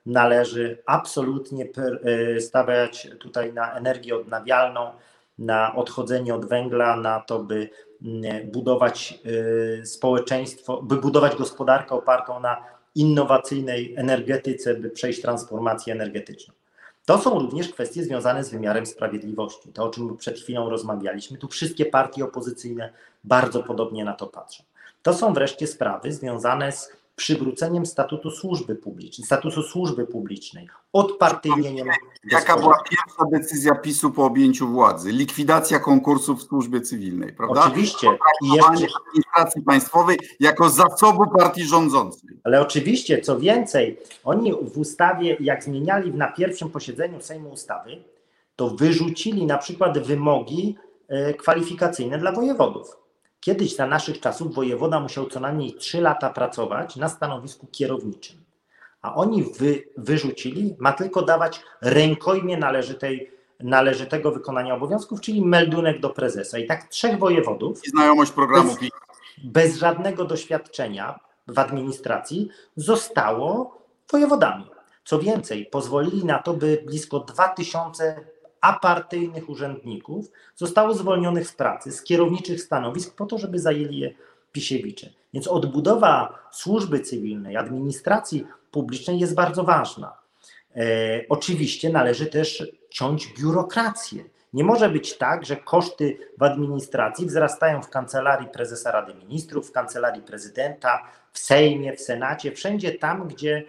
należy absolutnie stawiać tutaj na energię odnawialną, na odchodzenie od węgla, na to, by budować społeczeństwo, by budować gospodarkę opartą na innowacyjnej energetyce, by przejść transformację energetyczną. To są również kwestie związane z wymiarem sprawiedliwości. To, o czym przed chwilą rozmawialiśmy, tu wszystkie partie opozycyjne bardzo podobnie na to patrzą. To są wreszcie sprawy związane z przywróceniem statutu służby publicznej, statusu służby publicznej, odpartyjnieniem. Jaka była pierwsza decyzja PiSu po objęciu władzy? Likwidacja konkursów w służbie cywilnej, prawda? Oczywiście. I jeszcze administracji państwowej jako zasobu partii rządzącej. Ale oczywiście, co więcej, oni w ustawie, jak zmieniali na pierwszym posiedzeniu Sejmu ustawy, to wyrzucili na przykład wymogi kwalifikacyjne dla wojewodów. Kiedyś za naszych czasów wojewoda musiał co najmniej trzy lata pracować na stanowisku kierowniczym, a oni wy, wyrzucili, ma tylko dawać rękojmię należytej, należytego wykonania obowiązków, czyli meldunek do prezesa. I tak trzech wojewodów i znajomość programu bez, bez żadnego doświadczenia w administracji zostało wojewodami. Co więcej, pozwolili na to, by blisko dwa tysiące apartyjnych urzędników zostało zwolnionych z pracy, z kierowniczych stanowisk po to, żeby zajęli je Pisiewicze. Więc odbudowa służby cywilnej, administracji publicznej jest bardzo ważna. E, oczywiście należy też ciąć biurokrację. Nie może być tak, że koszty w administracji wzrastają w kancelarii prezesa Rady Ministrów, w kancelarii prezydenta, w Sejmie, w Senacie, wszędzie tam, gdzie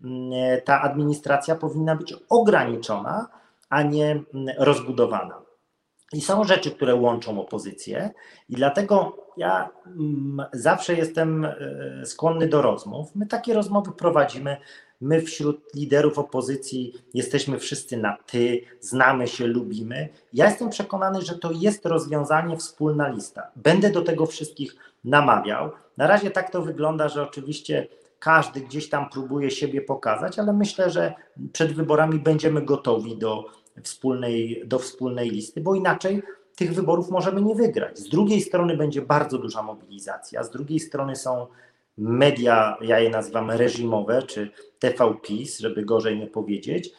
ta administracja powinna być ograniczona, a nie rozbudowana. I są rzeczy, które łączą opozycję i dlatego ja zawsze jestem skłonny do rozmów. My takie rozmowy prowadzimy. My wśród liderów opozycji jesteśmy wszyscy na ty, znamy się, lubimy. Ja jestem przekonany, że to jest rozwiązanie, wspólna lista. Będę do tego wszystkich namawiał. Na razie tak to wygląda, że oczywiście każdy gdzieś tam próbuje siebie pokazać, ale myślę, że przed wyborami będziemy gotowi do wspólnej, do wspólnej listy, bo inaczej tych wyborów możemy nie wygrać. Z drugiej strony będzie bardzo duża mobilizacja, z drugiej strony są media, ja je nazywam reżimowe, czy T V PiS, żeby gorzej nie powiedzieć.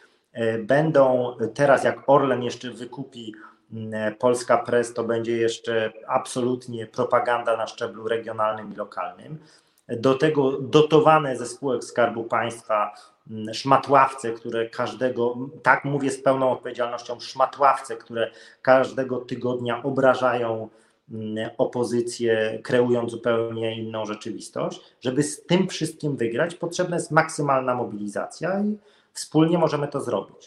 Będą teraz, jak Orlen jeszcze wykupi Polska Press, to będzie jeszcze absolutnie propaganda na szczeblu regionalnym i lokalnym. Do tego dotowane ze spółek Skarbu Państwa szmatławce, które każdego, tak mówię z pełną odpowiedzialnością, szmatławce, które każdego tygodnia obrażają opozycję, kreując zupełnie inną rzeczywistość. Żeby z tym wszystkim wygrać, potrzebna jest maksymalna mobilizacja i wspólnie możemy to zrobić.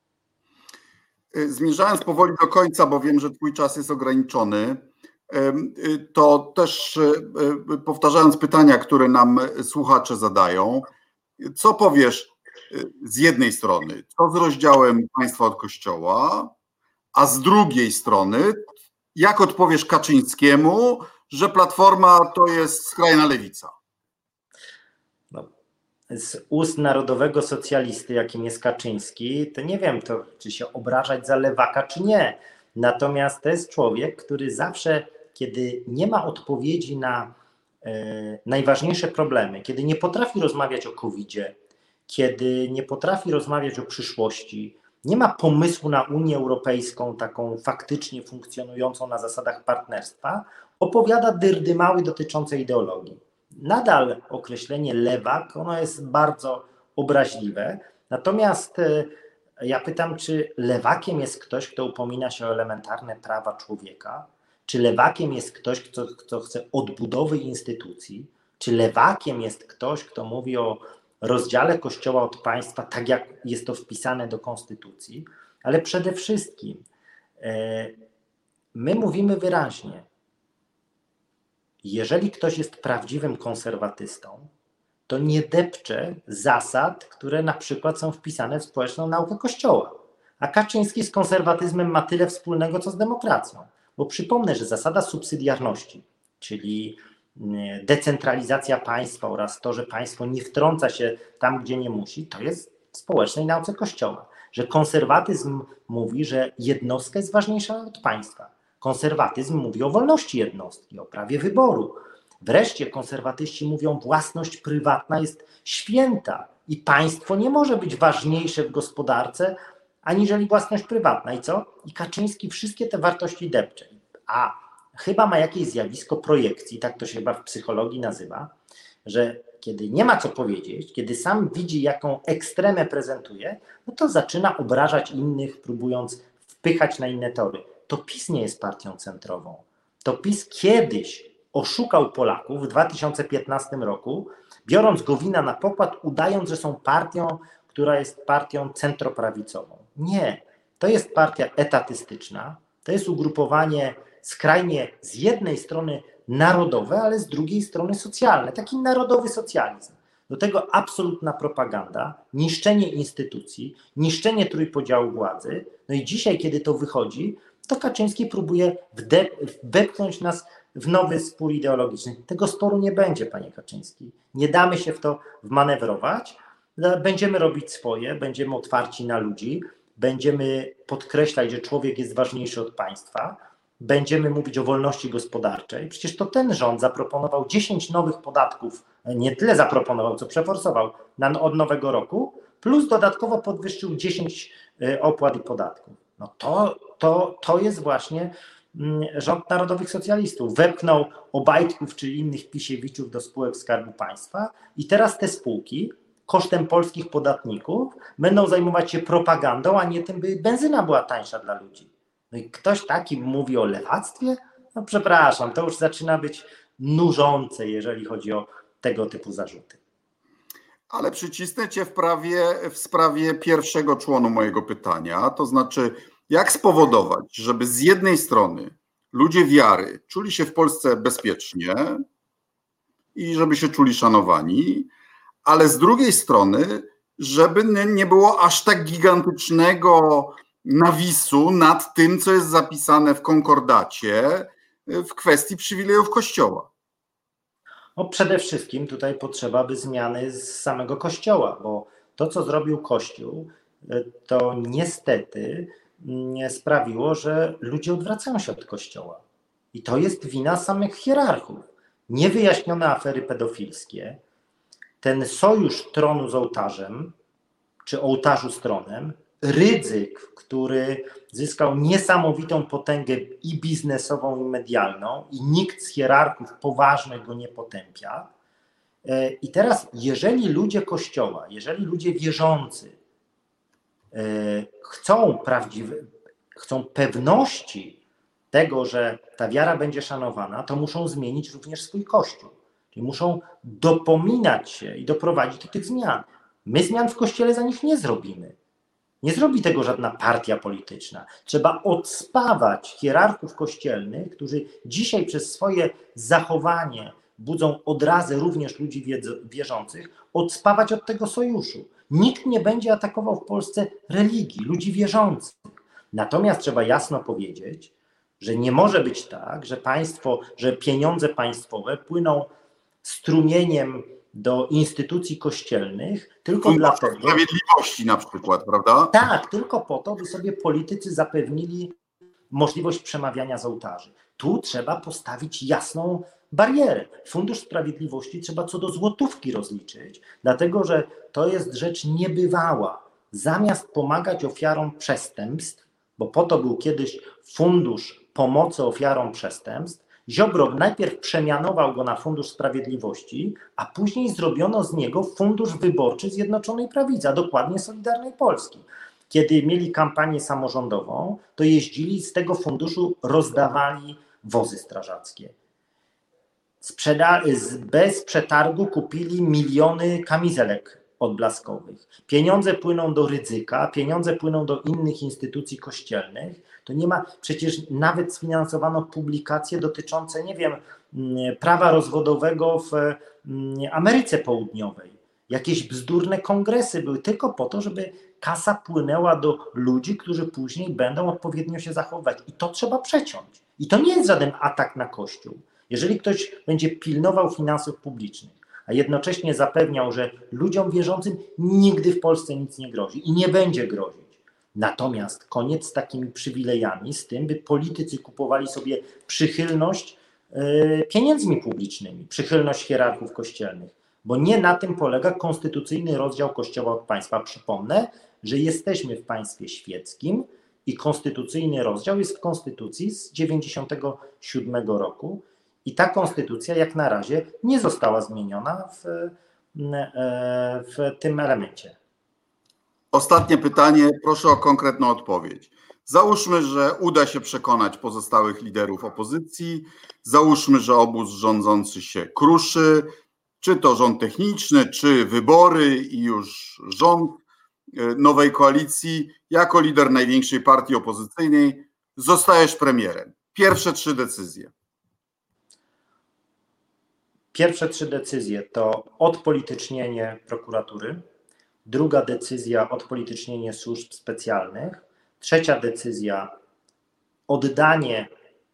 Zmierzając powoli do końca, bo wiem, że twój czas jest ograniczony, to też powtarzając pytania, które nam słuchacze zadają, co powiesz z jednej strony, co z rozdziałem państwa od Kościoła, a z drugiej strony, jak odpowiesz Kaczyńskiemu, że Platforma to jest skrajna lewica? No, z ust narodowego socjalisty, jakim jest Kaczyński, to nie wiem, to, czy się obrażać za lewaka, czy nie. Natomiast to jest człowiek, który zawsze, kiedy nie ma odpowiedzi na e, najważniejsze problemy, kiedy nie potrafi rozmawiać o kowidzie, kiedy nie potrafi rozmawiać o przyszłości, nie ma pomysłu na Unię Europejską, taką faktycznie funkcjonującą na zasadach partnerstwa, opowiada dyrdymały dotyczące ideologii. Nadal określenie lewak, ono jest bardzo obraźliwe, natomiast ja pytam, czy lewakiem jest ktoś, kto upomina się o elementarne prawa człowieka, czy lewakiem jest ktoś, kto, kto chce odbudowy instytucji, czy lewakiem jest ktoś, kto mówi o rozdziale Kościoła od państwa, tak jak jest to wpisane do Konstytucji, ale przede wszystkim my mówimy wyraźnie, jeżeli ktoś jest prawdziwym konserwatystą, to nie depcze zasad, które na przykład są wpisane w społeczną naukę Kościoła. A Kaczyński z konserwatyzmem ma tyle wspólnego, co z demokracją. Bo przypomnę, że zasada subsydiarności, czyli decentralizacja państwa oraz to, że państwo nie wtrąca się tam, gdzie nie musi, to jest w społecznej nauce Kościoła. Że konserwatyzm mówi, że jednostka jest ważniejsza od państwa. Konserwatyzm mówi o wolności jednostki, o prawie wyboru. Wreszcie konserwatyści mówią, własność prywatna jest święta i państwo nie może być ważniejsze w gospodarce aniżeli własność prywatna. I co? I Kaczyński wszystkie te wartości depcze. A chyba ma jakieś zjawisko projekcji, tak to się chyba w psychologii nazywa, że kiedy nie ma co powiedzieć, kiedy sam widzi, jaką ekstremę prezentuje, no to zaczyna obrażać innych, próbując wpychać na inne tory. To PiS nie jest partią centrową. To PiS kiedyś oszukał Polaków w dwa tysiące piętnastym roku, biorąc Gowina na pokład, udając, że są partią, która jest partią centroprawicową. Nie, to jest partia etatystyczna, to jest ugrupowanie skrajnie z jednej strony narodowe, ale z drugiej strony socjalne, taki narodowy socjalizm. Do tego absolutna propaganda, niszczenie instytucji, niszczenie trójpodziału władzy. No i dzisiaj, kiedy to wychodzi, to Kaczyński próbuje wdepchnąć nas w nowy spór ideologiczny. Tego sporu nie będzie, panie Kaczyński. Nie damy się w to wmanewrować. Będziemy robić swoje, będziemy otwarci na ludzi, będziemy podkreślać, że człowiek jest ważniejszy od państwa, będziemy mówić o wolności gospodarczej. Przecież to ten rząd zaproponował dziesięć nowych podatków, nie tyle zaproponował, co przeforsował na, od nowego roku, plus dodatkowo podwyższył dziesięć opłat i podatków. No to, to, to jest właśnie rząd narodowych socjalistów. Wepchnął Obajtków czy innych Pisiewiczów do spółek Skarbu Państwa i teraz te spółki kosztem polskich podatników będą zajmować się propagandą, a nie tym, by benzyna była tańsza dla ludzi. No i ktoś taki mówi o lewactwie? No przepraszam, to już zaczyna być nużące, jeżeli chodzi o tego typu zarzuty. Ale przycisnę cię w, prawie, w sprawie pierwszego członu mojego pytania, to znaczy jak spowodować, żeby z jednej strony ludzie wiary czuli się w Polsce bezpiecznie i żeby się czuli szanowani, ale z drugiej strony, żeby nie było aż tak gigantycznego nawisu nad tym, co jest zapisane w konkordacie w kwestii przywilejów Kościoła. No przede wszystkim tutaj potrzeba by zmiany z samego Kościoła, bo to, co zrobił Kościół, to niestety sprawiło, że ludzie odwracają się od Kościoła. I to jest wina samych hierarchów. Niewyjaśnione afery pedofilskie, ten sojusz tronu z ołtarzem, czy ołtarzu z tronem, Rydzyk, który zyskał niesamowitą potęgę i biznesową, i medialną, i nikt z hierarchów poważnych go nie potępia. I teraz, jeżeli ludzie Kościoła, jeżeli ludzie wierzący chcą prawdziwe, chcą pewności tego, że ta wiara będzie szanowana, to muszą zmienić również swój Kościół. Czyli muszą dopominać się i doprowadzić do tych zmian. My zmian w Kościele za nich nie zrobimy. Nie zrobi tego żadna partia polityczna. Trzeba odspawać hierarchów kościelnych, którzy dzisiaj przez swoje zachowanie budzą odrazę również ludzi wierzących, odspawać od tego sojuszu. Nikt nie będzie atakował w Polsce religii, ludzi wierzących. Natomiast trzeba jasno powiedzieć, że nie może być tak, że państwo, że pieniądze państwowe płyną strumieniem do instytucji kościelnych tylko dlatego... Sprawiedliwości na przykład, prawda? Tak, tylko po to, by sobie politycy zapewnili możliwość przemawiania z ołtarzy. Tu trzeba postawić jasną barierę. Fundusz Sprawiedliwości trzeba co do złotówki rozliczyć, dlatego że to jest rzecz niebywała. Zamiast pomagać ofiarom przestępstw, bo po to był kiedyś Fundusz Pomocy Ofiarom Przestępstw, Ziobro najpierw przemianował go na Fundusz Sprawiedliwości, a później zrobiono z niego Fundusz Wyborczy Zjednoczonej Prawicy, a dokładnie Solidarnej Polski. Kiedy mieli kampanię samorządową, to jeździli z tego funduszu, rozdawali wozy strażackie. Sprzeda- bez przetargu kupili miliony kamizelek odblaskowych. Pieniądze płyną do Rydzyka, pieniądze płyną do innych instytucji kościelnych. To nie ma, przecież nawet sfinansowano publikacje dotyczące, nie wiem, prawa rozwodowego w Ameryce Południowej. Jakieś bzdurne kongresy były tylko po to, żeby kasa płynęła do ludzi, którzy później będą odpowiednio się zachowywać. I to trzeba przeciąć. I to nie jest żaden atak na Kościół. Jeżeli ktoś będzie pilnował finansów publicznych, a jednocześnie zapewniał, że ludziom wierzącym nigdy w Polsce nic nie grozi i nie będzie grozić. Natomiast koniec z takimi przywilejami, z tym, by politycy kupowali sobie przychylność pieniędzmi publicznymi, przychylność hierarchów kościelnych, bo nie na tym polega konstytucyjny rozdział Kościoła od państwa. Przypomnę, że jesteśmy w państwie świeckim i konstytucyjny rozdział jest w Konstytucji z dziewięćdziesiątego siódmego roku i ta konstytucja jak na razie nie została zmieniona w, w tym elemencie. Ostatnie pytanie, proszę o konkretną odpowiedź. Załóżmy, że uda się przekonać pozostałych liderów opozycji, załóżmy, że obóz rządzący się kruszy, czy to rząd techniczny, czy wybory i już rząd nowej koalicji, jako lider największej partii opozycyjnej zostajesz premierem. Pierwsze trzy decyzje. Pierwsze trzy decyzje to odpolitycznienie prokuratury, druga decyzja odpolitycznienie służb specjalnych, trzecia decyzja oddanie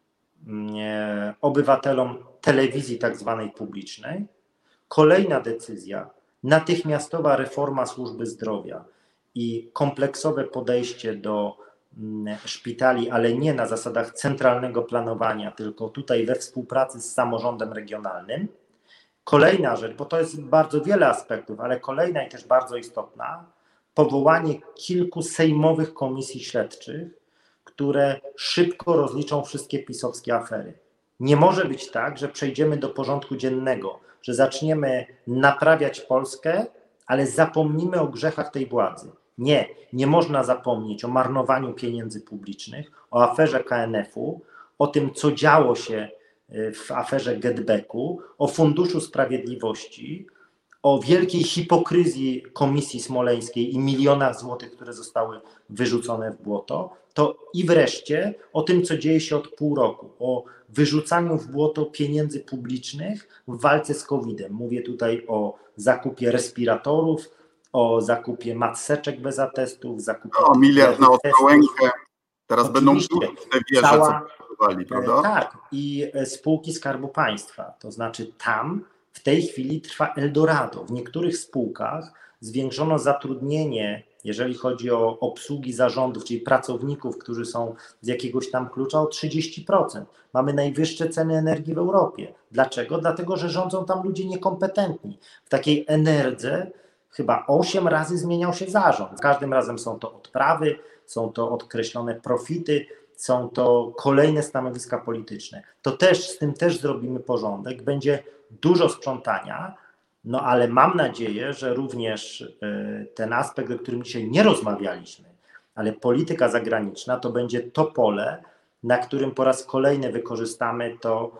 obywatelom telewizji tak zwanej publicznej, kolejna decyzja natychmiastowa reforma służby zdrowia i kompleksowe podejście do szpitali, ale nie na zasadach centralnego planowania, tylko tutaj we współpracy z samorządem regionalnym. Kolejna rzecz, bo to jest bardzo wiele aspektów, ale kolejna i też bardzo istotna, powołanie kilku sejmowych komisji śledczych, które szybko rozliczą wszystkie pisowskie afery. Nie może być tak, że przejdziemy do porządku dziennego, że zaczniemy naprawiać Polskę, ale zapomnimy o grzechach tej władzy. Nie, nie można zapomnieć o marnowaniu pieniędzy publicznych, o aferze K N F u, o tym, co działo się w aferze GetBacku, o Funduszu Sprawiedliwości, o wielkiej hipokryzji Komisji Smoleńskiej i milionach złotych, które zostały wyrzucone w błoto, to i wreszcie o tym, co dzieje się od pół roku, o wyrzucaniu w błoto pieniędzy publicznych w walce z kowidem. Mówię tutaj o zakupie respiratorów, o zakupie maseczek bez atestów, zakupie... O miliard na Ostrołękę, teraz oczywiście będą te wieże, cała, co budowali, prawda? Tak, i spółki Skarbu Państwa, to znaczy tam w tej chwili trwa Eldorado. W niektórych spółkach zwiększono zatrudnienie, jeżeli chodzi o obsługi zarządów, czyli pracowników, którzy są z jakiegoś tam klucza, o trzydzieści procent. Mamy najwyższe ceny energii w Europie. Dlaczego? Dlatego, że rządzą tam ludzie niekompetentni. W takiej Enerdze chyba osiem razy zmieniał się zarząd. Każdym razem są to odprawy, są to odkreślone profity, są to kolejne stanowiska polityczne. To też, z tym też zrobimy porządek, będzie dużo sprzątania, no ale mam nadzieję, że również ten aspekt, o którym dzisiaj nie rozmawialiśmy, ale polityka zagraniczna, to będzie to pole, na którym po raz kolejny wykorzystamy to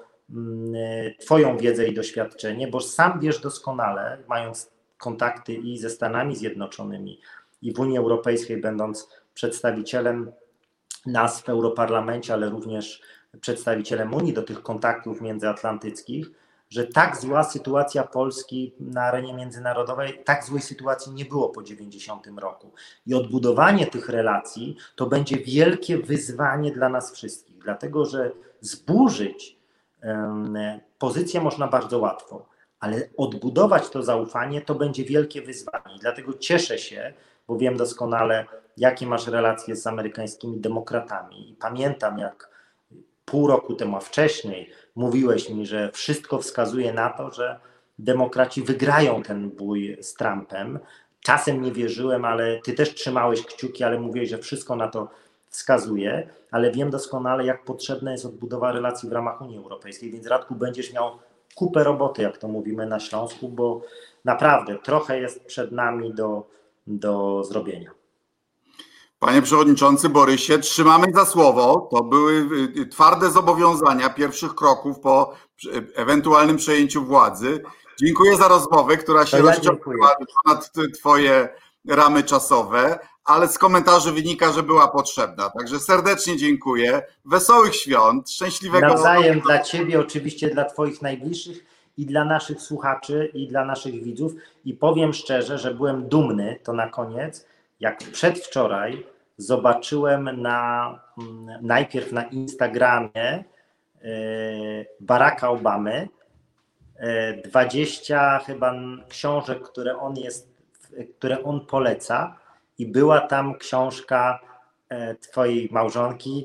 Twoją wiedzę i doświadczenie, bo sam wiesz doskonale, mając kontakty i ze Stanami Zjednoczonymi, i w Unii Europejskiej, będąc przedstawicielem nas w Europarlamencie, ale również przedstawicielem Unii do tych kontaktów międzyatlantyckich, że tak zła sytuacja Polski na arenie międzynarodowej, tak złej sytuacji nie było po dziewięćdziesiątym roku. I odbudowanie tych relacji to będzie wielkie wyzwanie dla nas wszystkich, dlatego że zburzyć um, pozycję można bardzo łatwo, ale odbudować to zaufanie to będzie wielkie wyzwanie. I dlatego cieszę się, bo wiem doskonale, jakie masz relacje z amerykańskimi demokratami. I pamiętam, jak pół roku temu, a wcześniej mówiłeś mi, że wszystko wskazuje na to, że demokraci wygrają ten bój z Trumpem. Czasem nie wierzyłem, ale ty też trzymałeś kciuki, ale mówiłeś, że wszystko na to wskazuje, ale wiem doskonale, jak potrzebna jest odbudowa relacji w ramach Unii Europejskiej, więc Radku, będziesz miał kupę roboty, jak to mówimy na Śląsku, bo naprawdę trochę jest przed nami do, do zrobienia. Panie Przewodniczący Borysie, trzymamy za słowo. To były twarde zobowiązania pierwszych kroków po ewentualnym przejęciu władzy. Dziękuję za rozmowę, która się ja rozciągnęła ponad Twoje ramy czasowe, ale z komentarzy wynika, że była potrzebna. Także serdecznie dziękuję. Wesołych świąt, szczęśliwego... Nawzajem dla Ciebie, oczywiście dla Twoich najbliższych i dla naszych słuchaczy i dla naszych widzów. I powiem szczerze, że byłem dumny, to na koniec, jak przedwczoraj zobaczyłem na, najpierw na Instagramie Baracka Obamy dwadzieścia chyba książek, które on jest, które on poleca, i była tam książka Twojej małżonki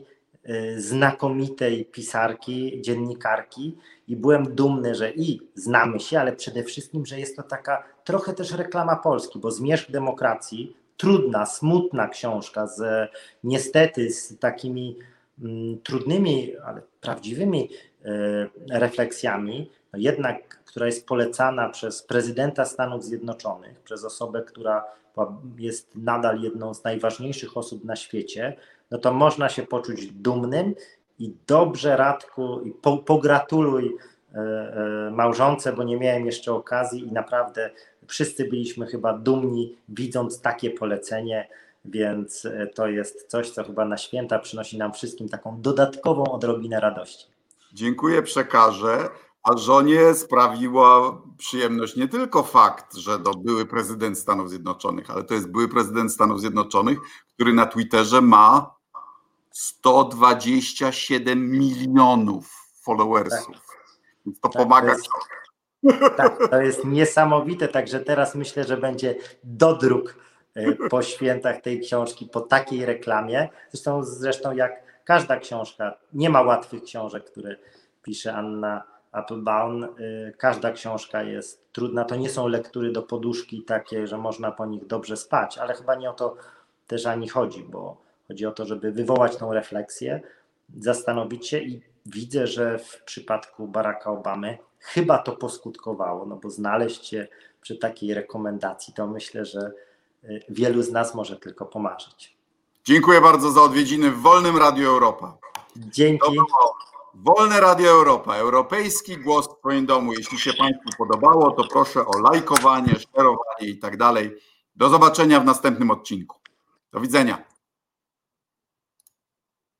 znakomitej pisarki, dziennikarki i byłem dumny, że i znamy się, ale przede wszystkim, że jest to taka trochę też reklama Polski, bo Zmierzch Demokracji, trudna, smutna książka, z niestety z takimi mm, trudnymi, ale prawdziwymi y, refleksjami, no jednak, która jest polecana przez prezydenta Stanów Zjednoczonych, przez osobę, która jest nadal jedną z najważniejszych osób na świecie, no to można się poczuć dumnym i dobrze, Radku, i po, pogratuluj e, e, małżonce, bo nie miałem jeszcze okazji i naprawdę wszyscy byliśmy chyba dumni, widząc takie polecenie, więc to jest coś, co chyba na święta przynosi nam wszystkim taką dodatkową odrobinę radości. Dziękuję, przekażę. A żonie sprawiła przyjemność nie tylko fakt, że to były prezydent Stanów Zjednoczonych, ale to jest były prezydent Stanów Zjednoczonych, który na Twitterze ma sto dwadzieścia siedem milionów followersów. Tak. Więc to tak, pomaga. To jest, tak, to jest niesamowite, także teraz myślę, że będzie dodruk po świętach tej książki, po takiej reklamie. Zresztą, zresztą jak każda książka, nie ma łatwych książek, które pisze Anna Applebaum. Każda książka jest trudna, to nie są lektury do poduszki takie, że można po nich dobrze spać, ale chyba nie o to też ani chodzi, bo chodzi o to, żeby wywołać tą refleksję, zastanowić się i widzę, że w przypadku Baracka Obamy chyba to poskutkowało, no bo znaleźć się przy takiej rekomendacji, to myślę, że wielu z nas może tylko pomarzyć. Dziękuję bardzo za odwiedziny w Wolnym Radiu Europa. Dzięki. Wolne Radio Europa, europejski głos w Twoim domu. Jeśli się Państwu podobało, to proszę o lajkowanie, szerowanie i tak dalej. Do zobaczenia w następnym odcinku. Do widzenia.